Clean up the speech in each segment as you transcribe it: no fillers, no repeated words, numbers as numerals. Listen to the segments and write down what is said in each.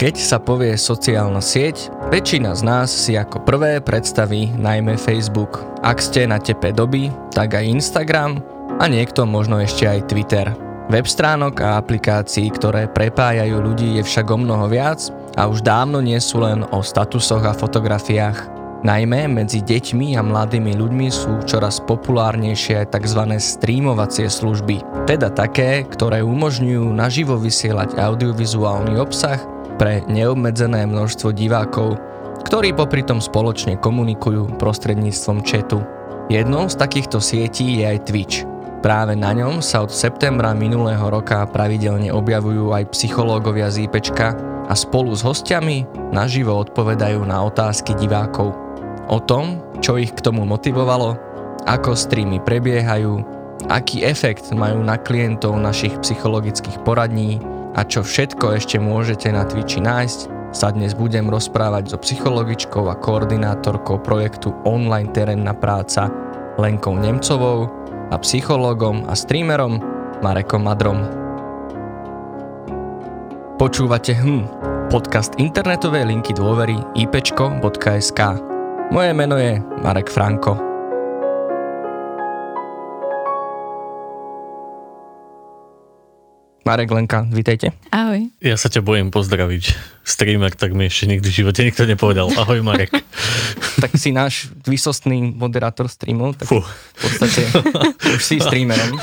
Keď sa povie sociálna sieť, väčšina z nás si ako prvé predstaví najmä Facebook. Ak ste na tepe doby, tak aj Instagram a niekto možno ešte aj Twitter. Web stránok a aplikácií, ktoré prepájajú ľudí, je však o mnoho viac a už dávno nie sú len o statusoch a fotografiách. Najmä medzi deťmi a mladými ľuďmi sú čoraz populárnejšie aj tzv. Streamovacie služby, teda také, ktoré umožňujú naživo vysielať audiovizuálny obsah pre neobmedzené množstvo divákov, ktorí popri tom spoločne komunikujú prostredníctvom chatu. Jednou z takýchto sietí je aj Twitch. Práve na ňom sa od septembra minulého roka pravidelne objavujú aj psychológovia z IPčka a spolu s hostiami naživo odpovedajú na otázky divákov. O tom, čo ich k tomu motivovalo, ako streamy prebiehajú, aký efekt majú na klientov našich psychologických poradní a čo všetko ešte môžete na Twitchi nájsť, sa dnes budem rozprávať so psychologičkou a koordinátorkou projektu Online terénna práca Lenkou Nemcovou a psychológom a streamerom Marekom Madrom. Počúvate podcast internetovej linky dôvery ipčko.sk. Moje meno je Marek Franko. Marek, Lenka, vítajte. Ahoj. Ja sa ťa bojím pozdraviť. Streamer, tak mi ešte nikdy v živote nikto nepovedal. Ahoj, Marek. Tak si náš výsostný moderátor streamov, tak v podstate už si streamerom.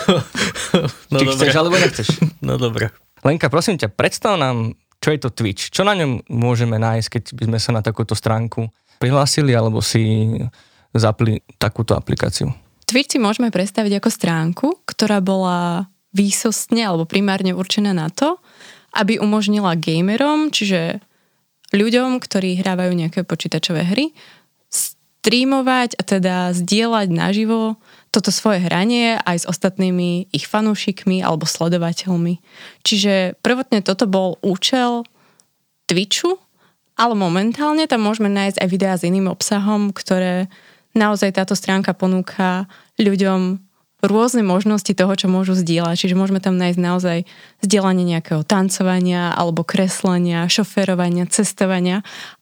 No či dobre. chceš, alebo nechceš. No dobre. Lenka, prosím ťa, predstav nám, čo je to Twitch. Čo na ňom môžeme nájsť, keď by sme sa na takúto stránku prihlásili, alebo si zapli takúto aplikáciu? Twitch si môžeme predstaviť ako stránku, ktorá bola výsostne alebo primárne určená na to, aby umožnila gamerom, čiže ľuďom, ktorí hrávajú nejaké počítačové hry, streamovať a teda zdieľať naživo toto svoje hranie aj s ostatnými ich fanúšikmi alebo sledovateľmi. Čiže prvotne toto bol účel Twitchu, ale momentálne tam môžeme nájsť aj videá s iným obsahom, ktoré naozaj táto stránka ponúka ľuďom rôzne možnosti toho, čo môžu zdieľať. Čiže môžeme tam nájsť naozaj zdieľanie nejakého tancovania alebo kreslenia, šoférovania, cestovania,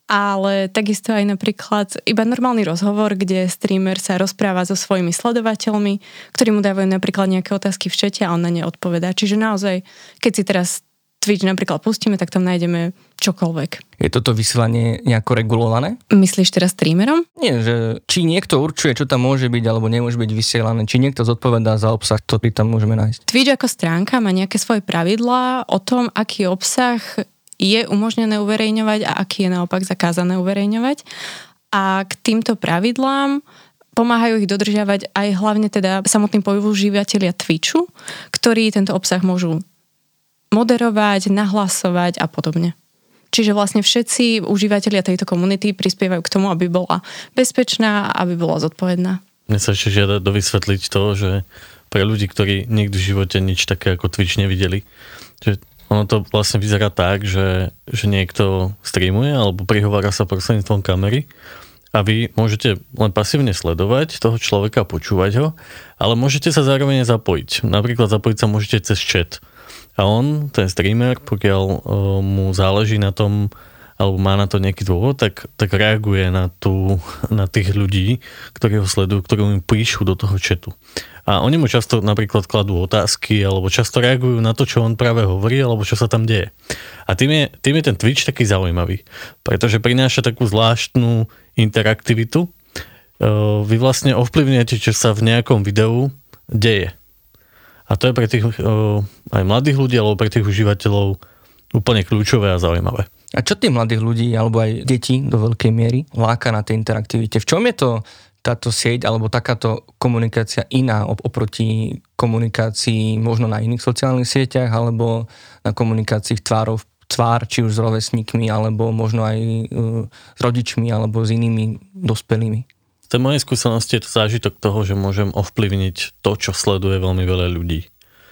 ale takisto aj napríklad iba normálny rozhovor, kde streamer sa rozpráva so svojimi sledovateľmi, ktorí mu dávajú napríklad nejaké otázky v čete a on na ne odpovedá. Čiže naozaj, keď si teraz Twitch napríklad pustíme, tak tam nájdeme čokoľvek. Je toto vysielanie nejako regulované? Myslíš teraz streamerom? Nie, že či niekto určuje, čo tam môže byť alebo nemôže byť vysielané, či niekto zodpovedá za obsah, ktorý tam môžeme nájsť. Twitch ako stránka má nejaké svoje pravidlá o tom, aký obsah je umožnené uverejňovať a aký je naopak zakázané uverejňovať. A k týmto pravidlám pomáhajú ich dodržiavať aj hlavne teda samotní používatelia Twitchu, ktorí tento obsah môžu moderovať, nahlasovať a podobne. Čiže vlastne všetci užívateľia tejto komunity prispievajú k tomu, aby bola bezpečná a aby bola zodpovedná. Mne sa ešte žiada dovysvetliť to, že pre ľudí, ktorí nikdy v živote nič také ako Twitch nevideli, že ono to vlastne vyzerá tak, že niekto streamuje alebo prihovára sa prostredníctvom kamery a vy môžete len pasívne sledovať toho človeka, počúvať ho, ale môžete sa zároveň zapojiť. Napríklad zapojiť sa môžete cez chat. A on, ten streamer, pokiaľ mu záleží na tom, alebo má na to nejaký dôvod, tak reaguje na tých ľudí, ktorí ho sledujú, ktorí mu píšu do toho chatu. A oni mu často napríklad kladú otázky, alebo často reagujú na to, čo on práve hovorí, alebo čo sa tam deje. A tým je ten Twitch taký zaujímavý, pretože prináša takú zvláštnu interaktivitu. Vy vlastne ovplyvňujete, čo sa v nejakom videu deje. A to je pre tých aj mladých ľudí, alebo pre tých užívateľov úplne kľúčové a zaujímavé. A čo tých mladých ľudí, alebo aj detí do veľkej miery láka na tej interaktivite? V čom je to táto sieť, alebo takáto komunikácia iná oproti komunikácii možno na iných sociálnych sieťach, alebo na komunikácii tvárov tvár, či už s rovesníkmi, alebo možno aj s rodičmi, alebo s inými dospelými? Z tej mojej skúsenosti je to zážitok toho, že môžem ovplyvniť to, čo sleduje veľmi veľa ľudí.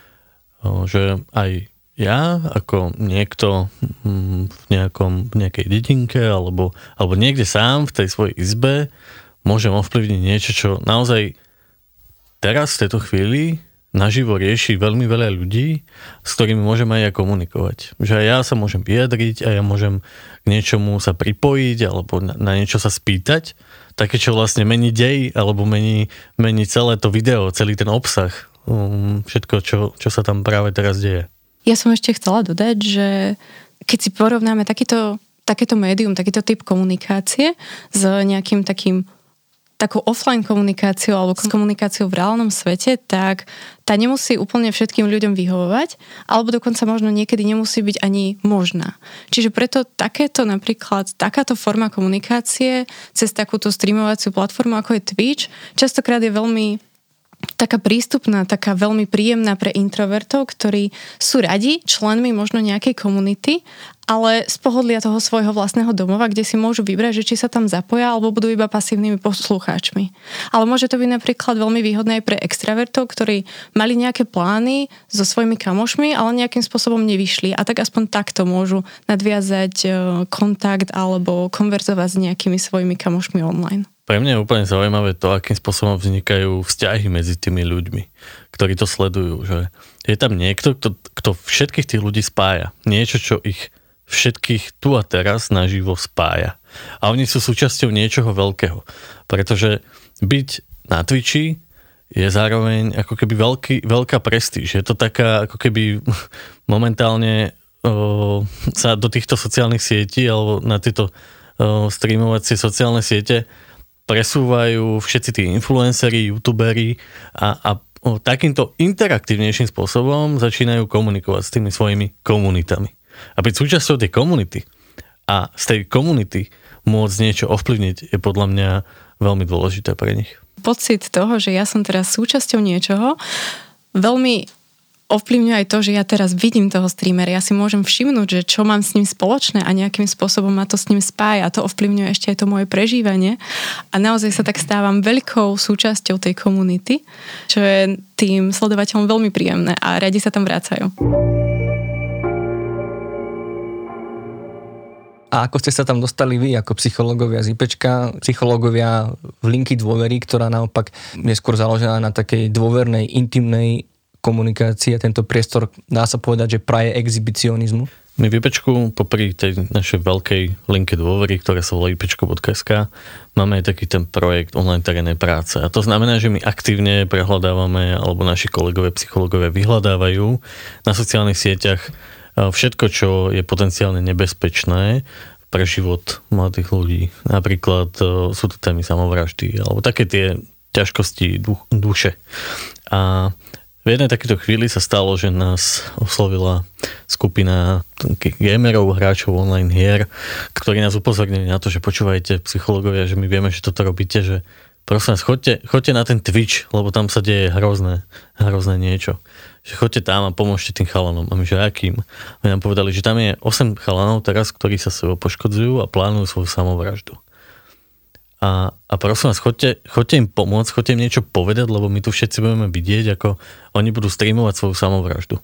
Že aj ja, ako niekto v nejakej dedinke alebo niekde sám v tej svojej izbe môžem ovplyvniť niečo, čo naozaj teraz v tejto chvíli naživo rieši veľmi veľa ľudí, s ktorými môžem aj ja komunikovať. Že aj ja sa môžem vyjadriť a ja môžem k niečomu sa pripojiť alebo na niečo sa spýtať. Také, čo vlastne mení dej alebo mení celé to video, celý ten obsah. Všetko, čo sa tam práve teraz deje. Ja som ešte chcela dodať, že keď si porovnáme takéto médium, takýto typ komunikácie s nejakým takou offline komunikáciou alebo komunikáciou v reálnom svete, tak tá nemusí úplne všetkým ľuďom vyhovovať, alebo dokonca možno niekedy nemusí byť ani možná. Čiže preto takáto forma komunikácie cez takúto streamovaciu platformu, ako je Twitch, častokrát je veľmi taká prístupná, taká veľmi príjemná pre introvertov, ktorí sú radi členmi možno nejakej komunity, ale z pohodlia toho svojho vlastného domova, kde si môžu vybrať, že či sa tam zapoja, alebo budú iba pasívnymi poslucháčmi. Ale môže to byť napríklad veľmi výhodné aj pre extravertov, ktorí mali nejaké plány so svojimi kamošmi, ale nejakým spôsobom nevyšli a tak aspoň takto môžu nadviazať kontakt alebo konverzovať s nejakými svojimi kamošmi online. Pre mňa je úplne zaujímavé to, akým spôsobom vznikajú vzťahy medzi tými ľuďmi, ktorí to sledujú. Že je tam niekto, kto všetkých tých ľudí spája. Niečo, čo ich všetkých tu a teraz naživo spája. A oni sú súčasťou niečoho veľkého. Pretože byť na Twitchi je zároveň ako keby veľká prestíž. Je to taká, ako keby momentálne sa do týchto sociálnych sietí alebo na tieto streamovacie sociálne siete presúvajú všetci tí influenceri, youtuberi a takýmto interaktívnejším spôsobom začínajú komunikovať s tými svojimi komunitami. A byť súčasťou tej komunity a z tej komunity môcť niečo ovplyvniť je podľa mňa veľmi dôležité pre nich. Pocit toho, že ja som teraz súčasťou niečoho, veľmi ovplyvňuje aj to, že ja teraz vidím toho streamera, ja si môžem všimnúť, že čo mám s ním spoločné a nejakým spôsobom ma to s ním spája a to ovplyvňuje ešte aj to moje prežívanie a naozaj sa tak stávam veľkou súčasťou tej komunity, čo je tým sledovateľom veľmi príjemné a radi sa tam vracajú. A ako ste sa tam dostali vy, ako psychológovia z IPčka, psychológovia v linky dôvery, ktorá naopak je skôr založená na takej dôvernej, intimnej komunikácii a tento priestor, dá sa povedať, že praje exhibicionizmu? My v IPčku, popri tej našej veľkej linke dôvery, ktorá sa volá ipčko.sk, máme aj taký ten projekt online terénnej práce. A to znamená, že my aktívne prehľadávame, alebo naši kolegovia, psychológovia vyhľadávajú na sociálnych sieťach všetko, čo je potenciálne nebezpečné pre život mladých ľudí. Napríklad sú to témy samovraždy alebo také tie ťažkosti duše. A v jednej takéto chvíli sa stalo, že nás oslovila skupina gamerov, hráčov online hier, ktorí nás upozornili na to, že počúvajte psychológovia, že my vieme, že toto robíte, že prosím vás, choďte na ten Twitch, lebo tam sa deje hrozné niečo. Že choďte tam a pomôžte tým chalanom. A my, že akým? My nám povedali, že tam je 8 chalanov teraz, ktorí sa sebo poškodzujú a plánujú svoju samovraždu. A prosím vás, choďte im pomôcť, choďte im niečo povedať, lebo my tu všetci budeme vidieť, ako oni budú streamovať svoju samovraždu.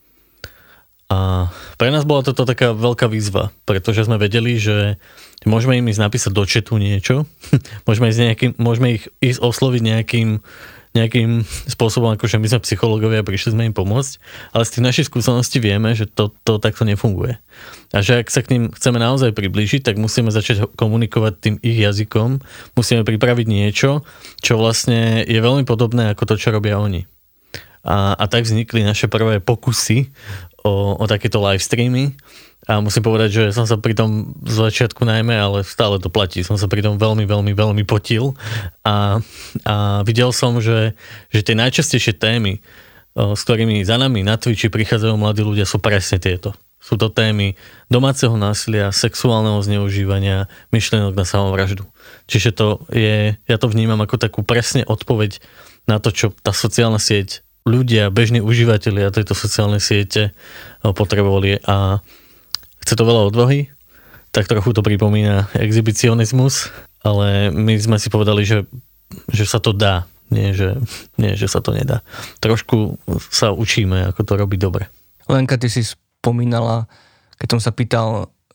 A pre nás bola toto taká veľká výzva, pretože sme vedeli, že môžeme im ísť napísať do chatu niečo, môžeme ich ísť osloviť nejakým spôsobom, akože my sme psychológovia a prišli sme im pomôcť, ale z tých našich skúseností vieme, že to takto nefunguje. A že ak sa k ním chceme naozaj priblížiť, tak musíme začať komunikovať tým ich jazykom, musíme pripraviť niečo, čo vlastne je veľmi podobné ako to, čo robia oni. A tak vznikli naše prvé pokusy o takéto live streamy. A musím povedať, že som sa pri tom z začiatku najmä, ale stále to platí, som sa pri tom veľmi, veľmi, veľmi potil a videl som, že tie najčastejšie témy, s ktorými za nami na Twitchi prichádzajú mladí ľudia, sú presne tieto. Sú to témy domáceho násilia, sexuálneho zneužívania, myšlienok na samovraždu. Čiže ja to vnímam ako takú presne odpoveď na to, čo tá sociálna sieť, ľudia, bežní užívateľia tejto sociálnej siete potrebovali a chce to veľa odvahy, tak trochu to pripomína exhibicionizmus, ale my sme si povedali, že sa to dá, nie že sa to nedá. Trošku sa učíme, ako to robiť dobre. Lenka, ty si spomínala, keď som sa pýtal,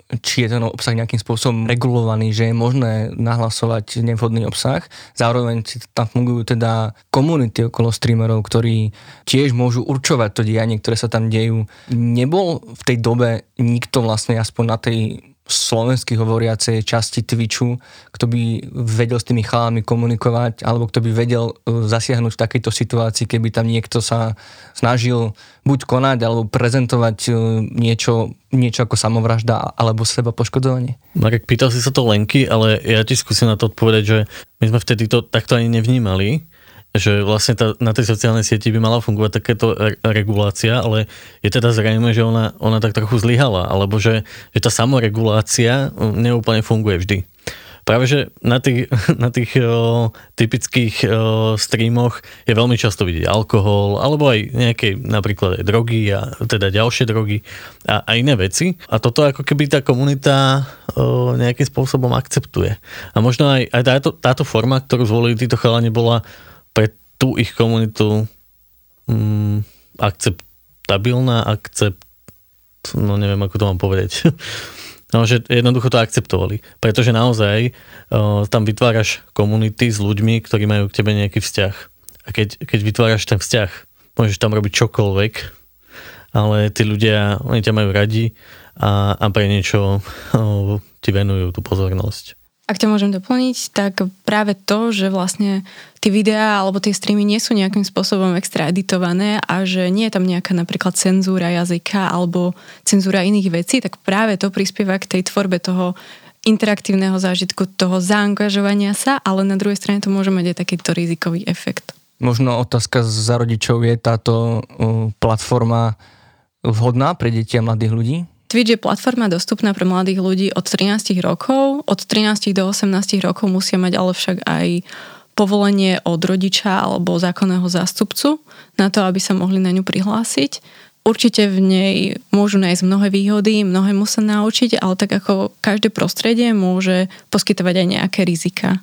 či je ten obsah nejakým spôsobom regulovaný, že je možné nahlasovať nevhodný obsah. Zároveň tam fungujú teda komunity okolo streamerov, ktorí tiež môžu určovať to dianie, ktoré sa tam dejú. Nebol v tej dobe nikto vlastne aspoň na tej slovensky hovoriacej časti Twitchu, kto by vedel s tými chalami komunikovať, alebo kto by vedel zasiahnuť v takejto situácii, keby tam niekto sa snažil buď konať, alebo prezentovať niečo ako samovražda, alebo seba poškodovanie. Marek, pýtal si sa to Lenky, ale ja ti skúsim na to odpovedať, že my sme vtedy to takto ani nevnímali, že vlastne na tej sociálnej sieti by mala fungovať takéto regulácia, ale je teda zrejme, že ona tak trochu zlyhala, alebo že tá samoregulácia neúplne funguje vždy. Práve, že na tých typických streamoch je veľmi často vidieť alkohol, alebo aj nejaké napríklad aj drogy a teda ďalšie drogy a iné veci. A toto ako keby tá komunita nejakým spôsobom akceptuje. A možno aj táto forma, ktorú zvolili títo chalani, bola pre tú ich komunitu akceptabilná, no neviem, ako to mám povedať. No, že jednoducho to akceptovali. Pretože naozaj tam vytváraš komunity s ľuďmi, ktorí majú k tebe nejaký vzťah. A keď vytváraš ten vzťah, môžeš tam robiť čokoľvek, ale tí ľudia, oni ťa majú radi a pre niečo ti venujú tú pozornosť. Ak ťa môžem doplniť, tak práve to, že vlastne tie videá alebo tie streamy nie sú nejakým spôsobom extra editované a že nie je tam nejaká napríklad cenzúra jazyka alebo cenzúra iných vecí, tak práve to prispieva k tej tvorbe toho interaktívneho zážitku, toho zaangažovania sa, ale na druhej strane to môže mať aj takýto rizikový efekt. Možno otázka za rodičov, je táto platforma vhodná pre deti a mladých ľudí? Twitch je platforma dostupná pre mladých ľudí od 13 rokov. Od 13 do 18 rokov musia mať ale však aj povolenie od rodiča alebo zákonného zástupcu na to, aby sa mohli na ňu prihlásiť. Určite v nej môžu nájsť mnohé výhody, mnohému sa naučiť, ale tak ako každé prostredie môže poskytovať aj nejaké rizika.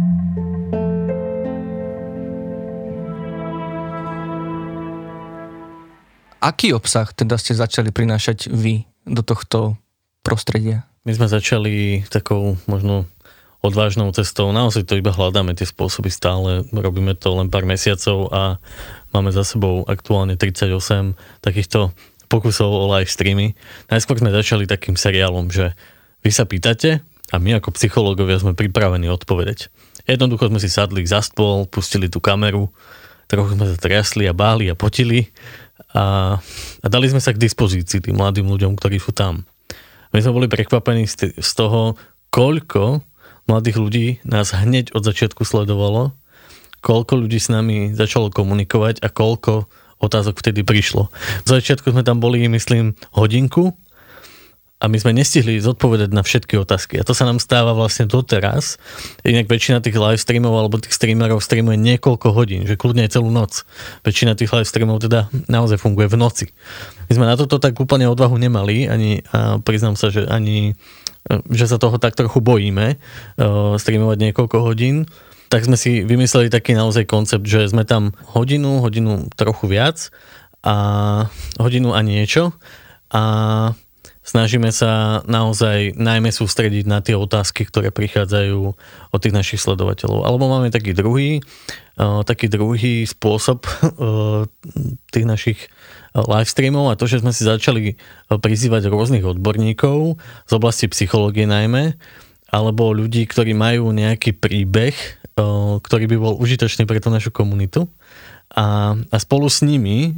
Aký obsah teda ste začali prinášať vy do tohto prostredia? My sme začali takou možno odvážnou cestou. Naozaj to iba hľadáme tie spôsoby stále. Robíme to len pár mesiacov a máme za sebou aktuálne 38 takýchto pokusov o live streamy. Najskôr sme začali takým seriálom, že vy sa pýtate a my ako psychológovia sme pripravení odpovedať. Jednoducho sme si sadli za stôl, pustili tú kameru, trochu sme sa triasli a báli a potili a dali sme sa k dispozícii tým mladým ľuďom, ktorí sú tam. My sme boli prekvapení z toho, koľko mladých ľudí nás hneď od začiatku sledovalo, koľko ľudí s nami začalo komunikovať a koľko otázok vtedy prišlo. V začiatku sme tam boli, myslím, hodinku a my sme nestihli zodpovedať na všetky otázky. A to sa nám stáva vlastne doteraz. Inak väčšina tých live streamov alebo tých streamerov streamuje niekoľko hodín, že kľudne aj celú noc. Väčšina tých live streamov teda naozaj funguje v noci. My sme na toto tak úplne odvahu nemali, a priznám sa, že sa toho tak trochu bojíme streamovať niekoľko hodín. Tak sme si vymysleli taký naozaj koncept, že sme tam hodinu trochu viac a hodinu a niečo a snažíme sa naozaj najmä sústrediť na tie otázky, ktoré prichádzajú od tých našich sledovateľov. Alebo máme taký druhý spôsob tých našich live streamov a to, že sme si začali prizývať rôznych odborníkov z oblasti psychológie najmä, alebo ľudí, ktorí majú nejaký príbeh, ktorý by bol užitočný pre tú našu komunitu. A spolu s nimi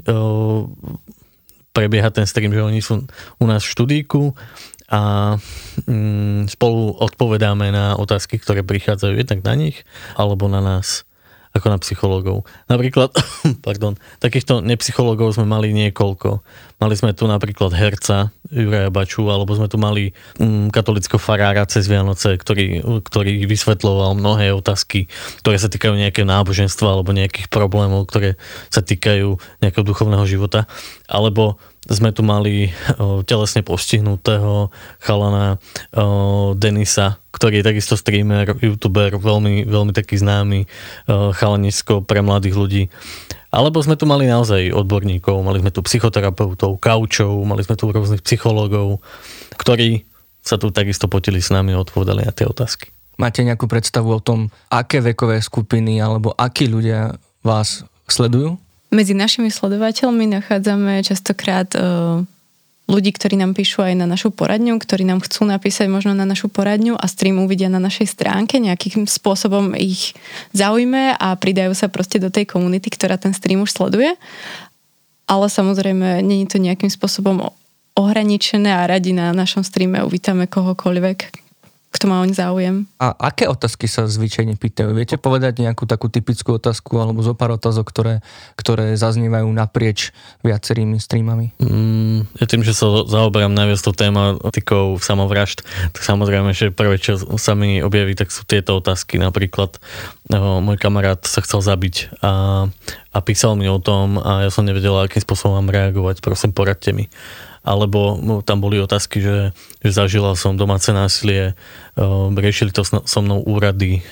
prebieha ten stream, že oni sú u nás v študíku a spolu odpovedáme na otázky, ktoré prichádzajú jednak na nich, alebo na nás, ako na psychológov. Napríklad, takýchto nepsychológov sme mali niekoľko. Mali sme tu napríklad herca Juraja Baču, alebo sme tu mali katolického farára cez Vianoce, ktorý vysvetľoval mnohé otázky, ktoré sa týkajú nejakého náboženstva alebo nejakých problémov, ktoré sa týkajú nejakého duchovného života. Alebo sme tu mali telesne postihnutého chalana Denisa, ktorý je takisto streamer, youtuber, veľmi, veľmi taký známy chalanisko pre mladých ľudí. Alebo sme tu mali naozaj odborníkov, mali sme tu psychoterapeutov, kaučov, mali sme tu rôznych psychológov, ktorí sa tu takisto potili s nami a odpovedali na tie otázky. Máte nejakú predstavu o tom, aké vekové skupiny alebo akí ľudia vás sledujú? Medzi našimi sledovateľmi nachádzame častokrát ľudí, ktorí nám píšu aj na našu poradňu, ktorí nám chcú napísať možno na našu poradňu a stream uvidia na našej stránke, nejakým spôsobom ich zaujme a pridajú sa proste do tej komunity, ktorá ten stream už sleduje. Ale samozrejme, nie je to nejakým spôsobom ohraničené a radi na našom streame uvítame kohokoľvek, kto má oň záujem. A aké otázky sa zvyčajne pýtajú? Viete povedať nejakú takú typickú otázku alebo zo pár otázok, ktoré zaznievajú naprieč viacerými streamami? Ja tým, že sa zaoberám najviac tou tematikou samovražd, tak samozrejme, že prvé, čo sa mi objaví, tak sú tieto otázky. Napríklad môj kamarát sa chcel zabiť a písal mi o tom a ja som nevedel, akým spôsobom mám reagovať. Prosím, poradte mi. Alebo tam boli otázky, že zažila som domáce násilie, riešili to so mnou úrady,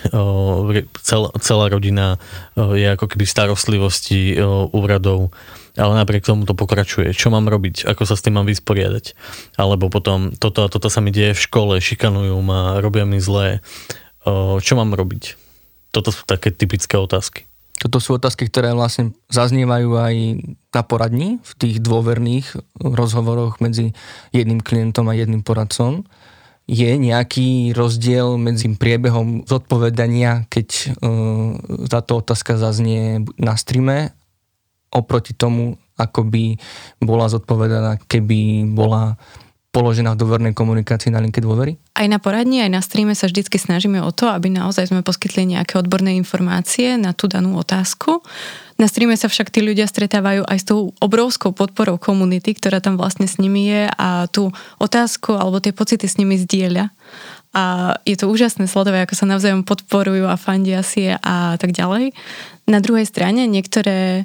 celá rodina je ako keby v starostlivosti úradov, ale napriek tomu to pokračuje. Čo mám robiť? Ako sa s tým mám vysporiadať? Alebo potom toto sa mi deje v škole, šikanujú ma, robia mi zlé. Čo mám robiť? Toto sú také typické otázky. Toto sú otázky, ktoré vlastne zaznievajú aj na poradni, v tých dôverných rozhovoroch medzi jedným klientom a jedným poradcom. Je nejaký rozdiel medzi priebehom zodpovedania, keď táto otázka zaznie na streame, oproti tomu, ako by bola zodpovedaná, keby bola položená v dôvernej komunikácii na linke dôvery? Aj na poradni, aj na streame sa vždycky snažíme o to, aby naozaj sme poskytli nejaké odborné informácie na tú danú otázku. Na streame sa však tí ľudia stretávajú aj s tou obrovskou podporou komunity, ktorá tam vlastne s nimi je a tú otázku alebo tie pocity s nimi zdieľa. A je to úžasné sledovať, ako sa navzájom podporujú a fandia si a tak ďalej. Na druhej strane niektoré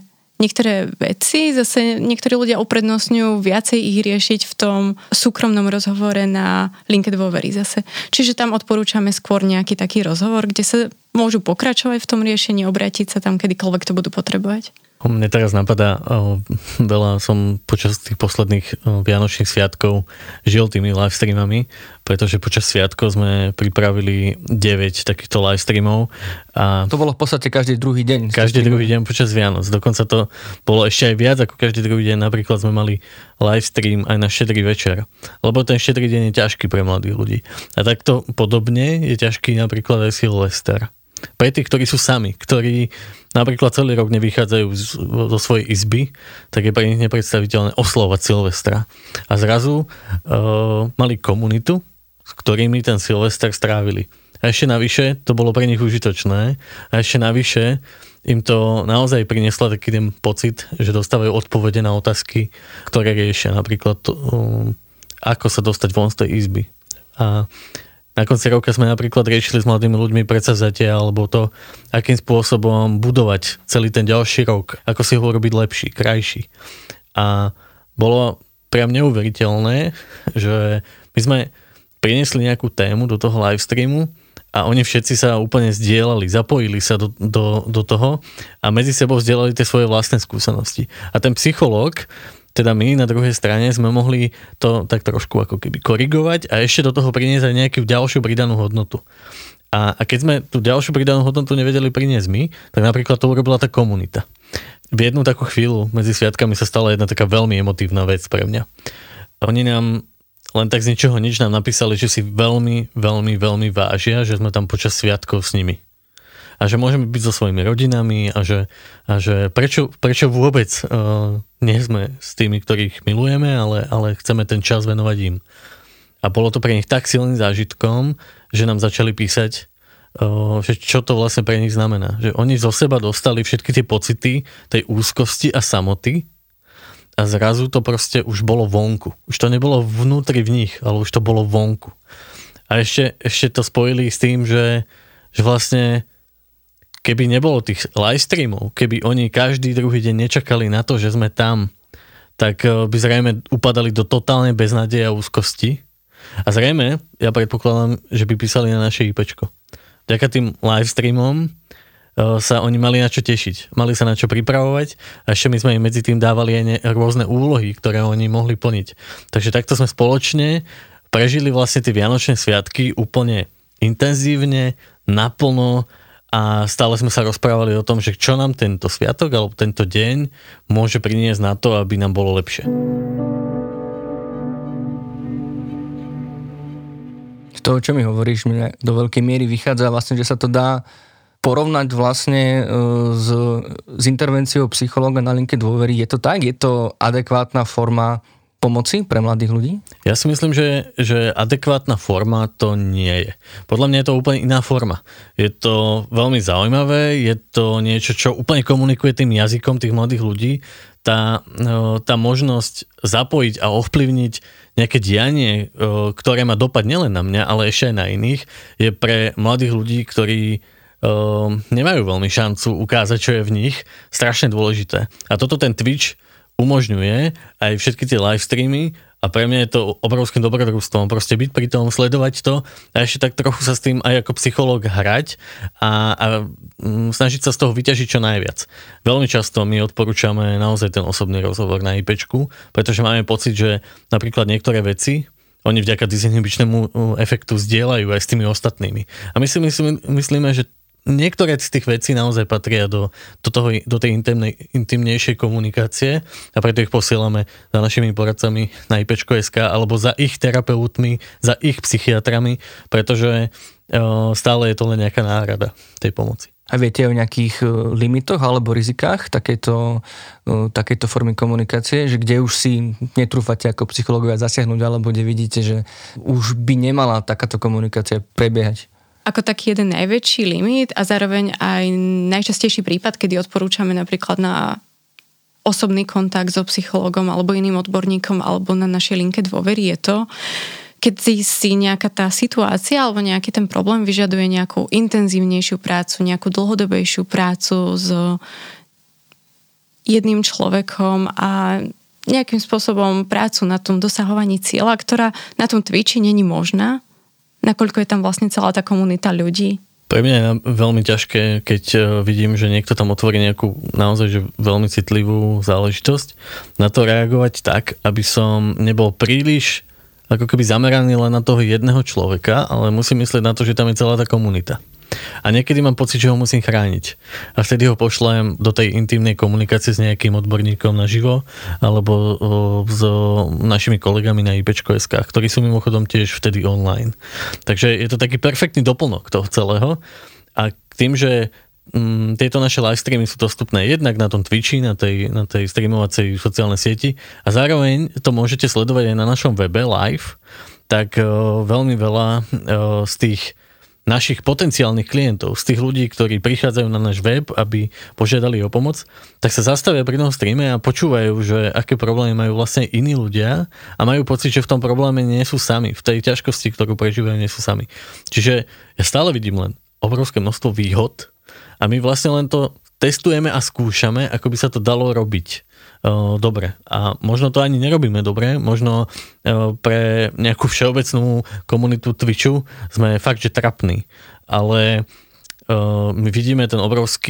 veci, zase niektorí ľudia uprednostňujú viacej ich riešiť v tom súkromnom rozhovore na linke dôvery zase. Čiže tam odporúčame skôr nejaký taký rozhovor, kde sa môžu pokračovať v tom riešení, obrátiť sa tam kedykoľvek to budú potrebovať. Mne teraz napadá, veľa som počas tých posledných vianočných sviatkov žil tými live streamami, pretože počas sviatkov sme pripravili 9 takýchto live streamov. A to bolo v podstate každý druhý deň. Každý druhý deň počas Vianoc. Dokonca to bolo ešte aj viac ako každý druhý deň. Napríklad sme mali live stream aj na štedrý večer. Lebo ten štedrý deň je ťažký pre mladých ľudí. A takto podobne je ťažký napríklad aj Silvester. Pre tých, ktorí sú sami, ktorí napríklad celý rok nevychádzajú zo svojej izby, tak je pre nich nepredstaviteľné oslovať Silvestra. A zrazu mali komunitu, s ktorými ten Silvester strávili. A ešte navyše, to bolo pre nich užitočné, a ešte navyše im to naozaj prinieslo taký ten pocit, že dostávajú odpovede na otázky, ktoré riešia. Napríklad ako sa dostať von z tej izby. A na konci roka sme napríklad riešili s mladými ľuďmi predsavzatie alebo to, akým spôsobom budovať celý ten ďalší rok, ako si ho urobiť lepší, krajší. A bolo priam neuveriteľné, že my sme priniesli nejakú tému do toho live streamu a oni všetci sa úplne zdieľali, zapojili sa do toho a medzi sebou zdieľali tie svoje vlastné skúsenosti. A ten psychológ, teda my na druhej strane sme mohli to tak trošku ako keby korigovať a ešte do toho priniesť aj nejakú ďalšiu pridanú hodnotu. A keď sme tú ďalšiu pridanú hodnotu nevedeli priniesť my, tak napríklad to urobila tá komunita. V jednu takú chvíľu medzi sviatkami sa stala jedna taká veľmi emotívna vec pre mňa. Oni nám len tak z ničoho nič nám napísali, že si veľmi, veľmi, veľmi vážia, že sme tam počas sviatkov s nimi. A že môžeme byť so svojimi rodinami a že prečo vôbec nie sme s tými, ktorých milujeme, ale chceme ten čas venovať im. A bolo to pre nich tak silným zážitkom, že nám začali písať, že čo to vlastne pre nich znamená. Že oni zo seba dostali všetky tie pocity tej úzkosti a samoty a zrazu to proste už bolo vonku. Už to nebolo vnútri v nich, ale už to bolo vonku. A ešte to spojili s tým, že vlastne keby nebolo tých live streamov, keby oni každý druhý deň nečakali na to, že sme tam, tak by zrejme upadali do totálnej beznádeje a úzkosti. A zrejme, ja predpokladám, že by písali na naše IPčko. Vďaka tým live streamom sa oni mali na čo tešiť. Mali sa na čo pripravovať a ešte my sme im medzi tým dávali aj rôzne úlohy, ktoré oni mohli plniť. Takže takto sme spoločne prežili vlastne tie Vianočné sviatky úplne intenzívne, naplno a stále sme sa rozprávali o tom, že čo nám tento sviatok alebo tento deň môže priniesť na to, aby nám bolo lepšie. Z toho, čo mi hovoríš, mi do veľkej miery vychádza vlastne, že sa to dá porovnať vlastne s intervenciou psychológa na linke dôvery. Je to tak? Je to adekvátna forma pomoci pre mladých ľudí? Ja si myslím, že adekvátna forma to nie je. Podľa mňa je to úplne iná forma. Je to veľmi zaujímavé, je to niečo, čo úplne komunikuje tým jazykom tých mladých ľudí. Tá možnosť zapojiť a ovplyvniť nejaké dianie, ktoré má dopad nielen na mňa, ale ešte aj na iných, je pre mladých ľudí, ktorí nemajú veľmi šancu ukázať, čo je v nich, strašne dôležité. A toto ten Twitch umožňuje, aj všetky tie live streamy, a pre mňa je to obrovským dobrodružstvom, proste byť pri tom, sledovať to a ešte tak trochu sa s tým aj ako psychológ hrať a snažiť sa z toho vyťažiť čo najviac. Veľmi často my odporúčame naozaj ten osobný rozhovor na IPčku, pretože máme pocit, že napríklad niektoré veci oni vďaka disinhibičnému efektu zdieľajú aj s tými ostatnými. A my si myslíme, že niektoré z tých vecí naozaj patria do tej intimnejšej komunikácie a preto ich posielame za našimi poradcami na IPčko.sk alebo za ich terapeutmi, za ich psychiatrami, pretože stále je to len nejaká náhrada tej pomoci. A viete o nejakých limitoch alebo rizikách takejto formy komunikácie, že kde už si netrúfate ako psychológovia zasiahnuť, alebo kde vidíte, že už by nemala takáto komunikácia prebiehať? Ako taký jeden najväčší limit a zároveň aj najčastejší prípad, kedy odporúčame napríklad na osobný kontakt so psychológom alebo iným odborníkom alebo na našej linke dôvery je to, keď si nejaká tá situácia alebo nejaký ten problém vyžaduje nejakú intenzívnejšiu prácu, nejakú dlhodobejšiu prácu s jedným človekom a nejakým spôsobom prácu na tom dosahovaní cieľa, ktorá na tom Twitchi není možná, nakoľko je tam vlastne celá tá komunita ľudí. Pre mňa je veľmi ťažké, keď vidím, že niekto tam otvorí nejakú naozaj že veľmi citlivú záležitosť, na to reagovať tak, aby som nebol príliš ako keby zameraný len na toho jedného človeka, ale musím myslieť na to, že tam je celá tá komunita. A niekedy mám pocit, že ho musím chrániť. A vtedy ho pošlem do tej intimnej komunikácie s nejakým odborníkom naživo alebo s našimi kolegami na IPčko.sk, ktorí sú mimochodom tiež vtedy online. Takže je to taký perfektný doplnok toho celého. A tým, že tieto naše live streamy sú dostupné jednak na tom Twitchi, na tej streamovacej sociálnej sieti a zároveň to môžete sledovať aj na našom webe live, tak veľmi veľa z tých našich potenciálnych klientov, z tých ľudí, ktorí prichádzajú na náš web, aby požiadali o pomoc, tak sa zastavia pri tom streame a počúvajú, že aké problémy majú vlastne iní ľudia a majú pocit, že v tom probléme nie sú sami. V tej ťažkosti, ktorú prežívajú, nie sú sami. Čiže ja stále vidím len obrovské množstvo výhod a my vlastne len to testujeme a skúšame, ako by sa to dalo robiť dobre. A možno to ani nerobíme dobre, možno pre nejakú všeobecnú komunitu Twitchu sme fakt, že trapní. Ale my vidíme to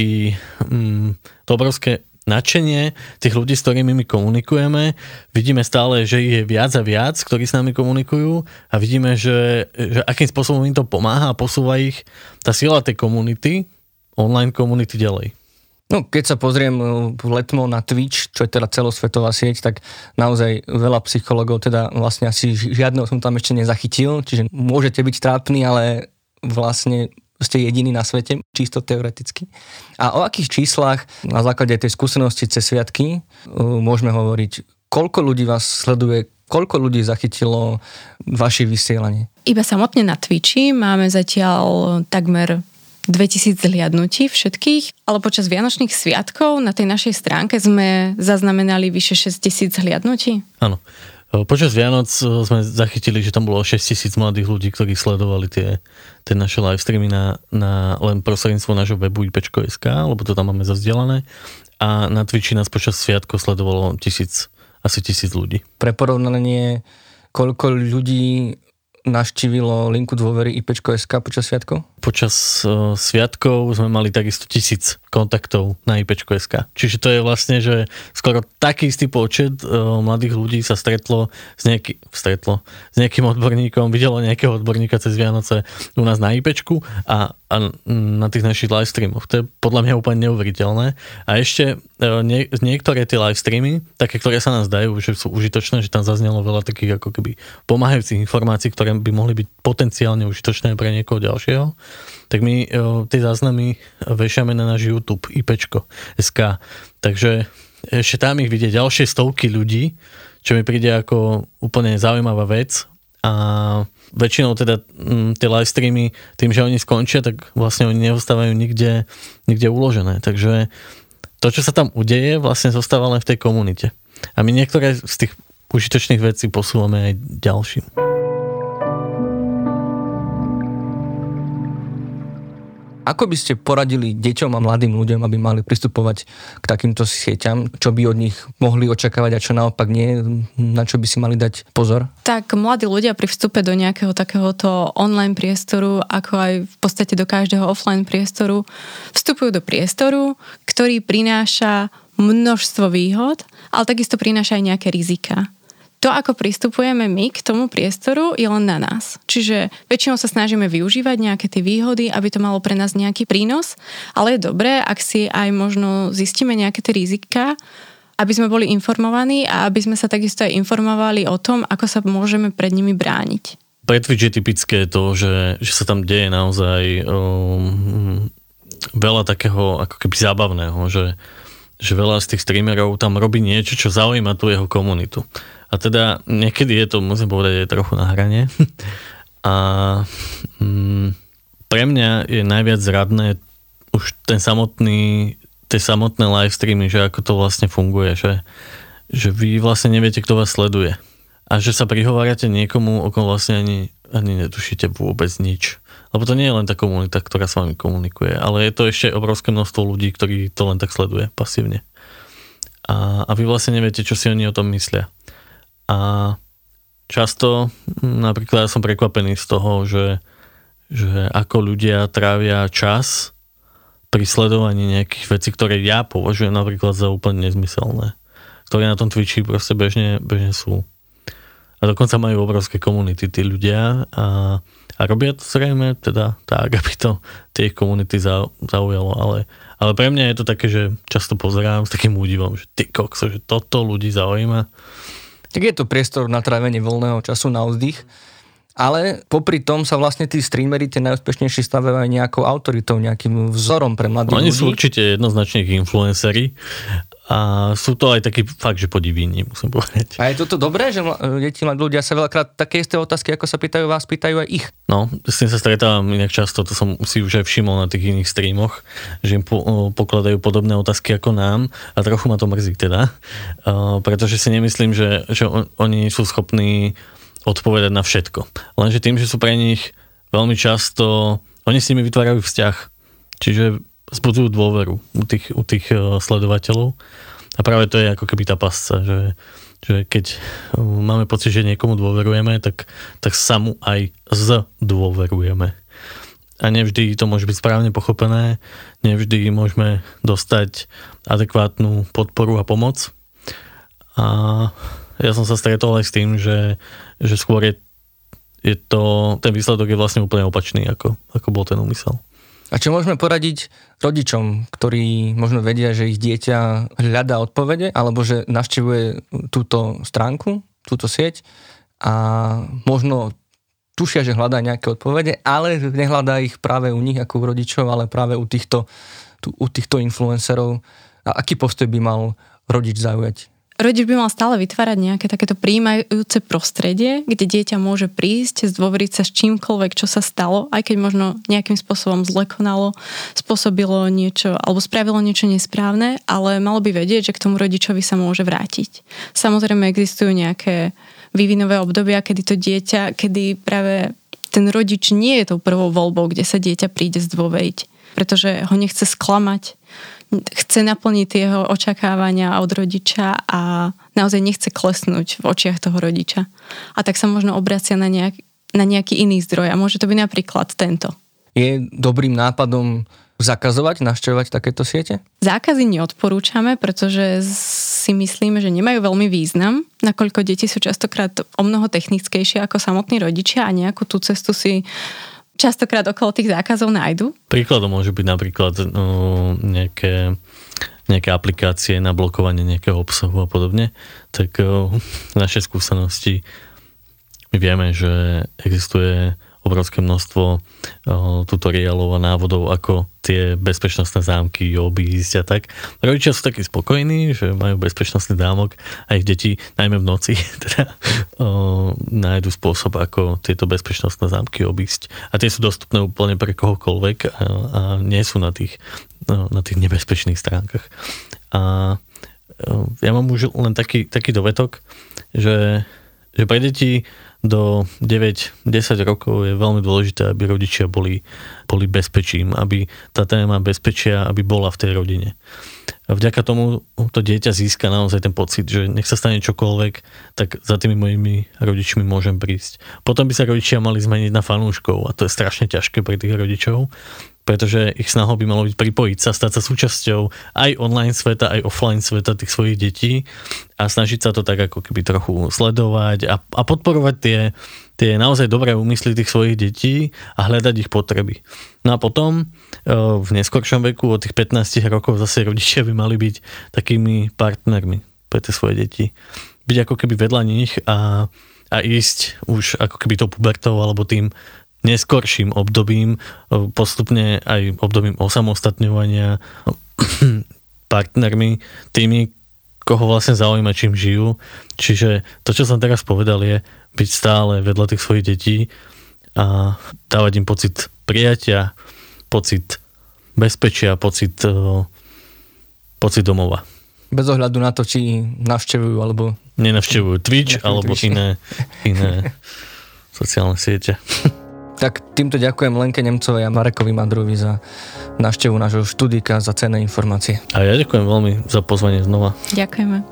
obrovské nadšenie tých ľudí, s ktorými my komunikujeme. Vidíme stále, že je viac a viac, ktorí s nami komunikujú a vidíme, že akým spôsobom im to pomáha a posúva ich tá sila tej komunity, online komunity ďalej. No, keď sa pozriem letmo na Twitch, čo je teda celosvetová sieť, tak naozaj veľa psychologov, teda vlastne asi žiadneho som tam ešte nezachytil, čiže môžete byť trápni, ale vlastne ste jediní na svete, čisto teoreticky. A o akých číslach na základe tej skúsenosti cez sviatky môžeme hovoriť, koľko ľudí vás sleduje, koľko ľudí zachytilo vaše vysielanie? Iba samotne na Twitchi máme zatiaľ takmer 2000 zhliadnutí všetkých, ale počas Vianočných sviatkov na tej našej stránke sme zaznamenali vyše 6000 zhliadnutí. Áno. Počas Vianoc sme zachytili, že tam bolo 6000 mladých ľudí, ktorí sledovali tie naše live streamy na len prostredníctvom nášho webu ipčko.sk, lebo to tam máme zazdielané. A na Twitchi nás počas sviatkov sledovalo asi 1000 ľudí. Pre porovnanie, koľko ľudí navštívilo linku dôvery IPčko.sk počas sviatkov? Počas sviatkov sme mali takisto 1000 kontaktov na IPčko.sk. Čiže to je vlastne, že skoro taký istý počet mladých ľudí sa stretlo s nejakým odborníkom, videlo nejakého odborníka cez Vianoce u nás na IPčku a na tých našich live streamoch. To je podľa mňa úplne neuveriteľné. A ešte niektoré tie live streamy, také, ktoré sa nás dajú, že sú užitočné, že tam zaznelo veľa takých ako keby pomáhajúcich informácií, ktoré by mohli byť potenciálne užitočné pre niekoho ďalšieho, tak my tie záznamy vešiame na náš YouTube IPčko.sk. Takže ešte tam ich vidie ďalšie stovky ľudí, čo mi príde ako úplne zaujímavá vec. A väčšinou teda tie live streamy, tým, že oni skončia, tak vlastne oni neostávajú nikde uložené. Takže to, čo sa tam udeje, vlastne zostáva len v tej komunite. A my niektoré z tých užitočných vecí posúvame aj ďalším. Ako by ste poradili deťom a mladým ľuďom, aby mali pristupovať k takýmto sieťam? Čo by od nich mohli očakávať a čo naopak nie? Na čo by si mali dať pozor? Tak mladí ľudia pri vstupe do nejakého takéhoto online priestoru, ako aj v podstate do každého offline priestoru, vstupujú do priestoru, ktorý prináša množstvo výhod, ale takisto prináša aj nejaké rizika. To, ako pristupujeme my k tomu priestoru, je len na nás. Čiže väčšinou sa snažíme využívať nejaké tie výhody, aby to malo pre nás nejaký prínos, ale je dobré, ak si aj možno zistíme nejaké tie rizika, aby sme boli informovaní a aby sme sa takisto aj informovali o tom, ako sa môžeme pred nimi brániť. Pre Twitch je typické to, že sa tam deje naozaj veľa takého ako keby zábavného, že veľa z tých streamerov tam robí niečo, čo zaujíma tú jeho komunitu. A teda niekedy je to, musím povedať, trochu na hrane. A pre mňa je najviac zradné už tie samotné live streamy, že ako to vlastne funguje, že vy vlastne neviete, kto vás sleduje. A že sa prihovárate niekomu, o kom vlastne ani netušíte vôbec nič. Lebo to nie je len tá komunita, ktorá s vami komunikuje, ale je to ešte obrovské množstvo ľudí, ktorí to len tak sleduje pasívne. A vy vlastne neviete, čo si oni o tom myslia. A často, napríklad ja som prekvapený z toho, že ako ľudia trávia čas pri sledovaní nejakých vecí, ktoré ja považujem napríklad za úplne nezmyselné. Ktoré na tom Twitchi proste bežne sú. A dokonca majú obrovské komunity tí ľudia a robia to zrejme teda tak, aby to tie komunity zaujalo. Ale pre mňa je to také, že často pozerám s takým údivom, že ty kokso, že toto ľudí zaujíma. Tak je to priestor na trávenie voľného času, na oddych, ale popri tom sa vlastne tí streamery, tie najúspešnejší stavajú aj nejakou autoritou, nejakým vzorom pre mladých ľudí. Oni sú určite jednoznačne influenceri a sú to aj takí fakt, že podivíni, musím povedať. A je toto dobré, že deti, mladí ľudia sa veľakrát také isté otázky, ako sa pýtajú vás, pýtajú aj ich? No, s tým sa stretávam inak často, to som si už aj všimol na tých iných streamoch, že im pokladajú podobné otázky ako nám a trochu ma to mrzí teda, pretože si nemyslím, že oni sú schopní odpovedať na všetko. Lenže tým, že sú pre nich veľmi často, oni s nimi vytvárajú vzťah, čiže zbudzujú dôveru u tých sledovateľov a práve to je ako keby tá pasca, že keď máme pocit, že niekomu dôverujeme, tak sa mu aj zdôverujeme. A nevždy to môže byť správne pochopené, nevždy môžeme dostať adekvátnu podporu a pomoc. A ja som sa stretol aj s tým, že skôr je to, ten výsledok je vlastne úplne opačný, ako bol ten úmysel. A čo môžeme poradiť rodičom, ktorí možno vedia, že ich dieťa hľadá odpovede, alebo že navštevuje túto stránku, túto sieť a možno tušia, že hľadá nejaké odpovede, ale nehľadá ich práve u nich ako u rodičov, ale práve u týchto influencerov. A aký postoj by mal rodič zaujať? Rodič by mal stále vytvárať nejaké takéto prijímajúce prostredie, kde dieťa môže prísť, zdôveriť sa s čímkoľvek, čo sa stalo, aj keď možno nejakým spôsobom zle konalo, spôsobilo niečo, alebo spravilo niečo nesprávne, ale malo by vedieť, že k tomu rodičovi sa môže vrátiť. Samozrejme existujú nejaké vývinové obdobia, kedy to dieťa, kedy práve ten rodič nie je tou prvou voľbou, kde sa dieťa príde zdôveriť, pretože ho nechce sklamať, chce naplniť jeho očakávania od rodiča a naozaj nechce klesnúť v očiach toho rodiča. A tak sa možno obracia na na nejaký iný zdroj a môže to byť napríklad tento. Je dobrým nápadom zakazovať, navštevovať takéto siete? Zákazy neodporúčame, pretože si myslíme, že nemajú veľmi význam, nakoľko deti sú častokrát o mnoho technickejšie ako samotní rodičia a nejakú tú cestu si častokrát okolo tých zákazov nájdu. Príkladom môže byť napríklad nejaké aplikácie na blokovanie nejakého obsahu a podobne. Tak naše skúsenosti my vieme, že existuje obrovské množstvo tutoriálov a návodov, ako tie bezpečnostné zámky obísť a tak. Rodičia sú takí spokojní, že majú bezpečnostný zámok a ich deti, najmä v noci, teda nájdu spôsob, ako tieto bezpečnostné zámky obísť. A tie sú dostupné úplne pre kohokoľvek a nie sú na tých nebezpečných stránkach. A ja mám už len taký dovetok, že pre deti do 9-10 rokov je veľmi dôležité, aby rodičia boli bezpečím, aby tá téma bezpečia, aby bola v tej rodine. A vďaka tomu to dieťa získa naozaj ten pocit, že nech sa stane čokoľvek, tak za tými mojimi rodičmi môžem prísť. Potom by sa rodičia mali zmeniť na fanúškov a to je strašne ťažké pre tých rodičov, pretože ich snahou by malo byť pripojiť sa, stať sa súčasťou aj online sveta, aj offline sveta tých svojich detí a snažiť sa to tak ako keby trochu sledovať a podporovať tie naozaj dobré úmysly tých svojich detí a hľadať ich potreby. No a potom v neskoršom veku od tých 15 rokov zase rodičia by mali byť takými partnermi pre tie svoje deti. Byť ako keby vedľa nich a ísť už ako keby tou pubertou alebo tým neskorším obdobím, postupne aj obdobím osamostatňovania partnermi, tými, koho vlastne zaujíma, čím žijú. Čiže to, čo som teraz povedal, je byť stále vedľa tých svojich detí a dávať im pocit prijatia, pocit bezpečia, pocit domova. Bez ohľadu na to, či navštevujú alebo nenavštevujú Twitch alebo iné sociálne siete. Tak týmto ďakujem Lenke Nemcovej a Marekovi Madrovi za návštevu nášho štúdika, za cenné informácie. A ja ďakujem veľmi za pozvanie znova. Ďakujeme.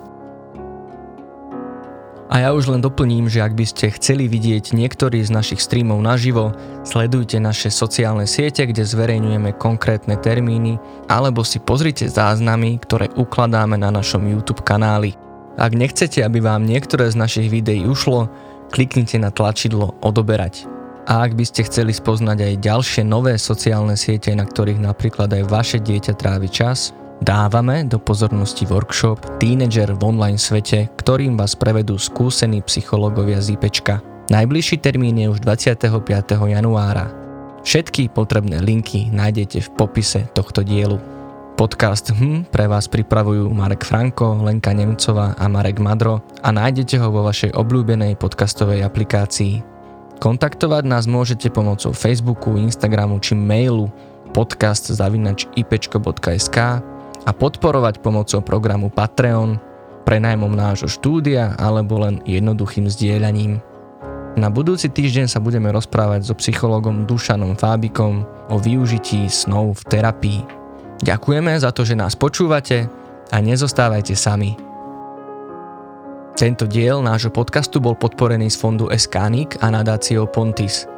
A ja už len doplním, že ak by ste chceli vidieť niektorý z našich streamov naživo, sledujte naše sociálne siete, kde zverejňujeme konkrétne termíny, alebo si pozrite záznamy, ktoré ukladáme na našom YouTube kanáli. Ak nechcete, aby vám niektoré z našich videí ušlo, kliknite na tlačidlo odoberať. A ak by ste chceli spoznať aj ďalšie nové sociálne siete, na ktorých napríklad aj vaše dieťa trávi čas, dávame do pozornosti workshop Teenager v online svete, ktorým vás prevedú skúsení psychológovia z IPčka. Najbližší termín je už 25. januára. Všetky potrebné linky nájdete v popise tohto dielu. Podcast pre vás pripravujú Marek Franko, Lenka Nemcová a Marek Madro a nájdete ho vo vašej obľúbenej podcastovej aplikácii. Kontaktovať nás môžete pomocou Facebooku, Instagramu či mailu podcast@ipečko.sk a podporovať pomocou programu Patreon, prenajmom nášho štúdia alebo len jednoduchým zdieľaním. Na budúci týždeň sa budeme rozprávať so psychológom Dušanom Fábikom o využití snov v terapii. Ďakujeme za to, že nás počúvate a nezostávajte sami. Tento diel nášho podcastu bol podporený z fondu SKNIC a nadáciou Pontis.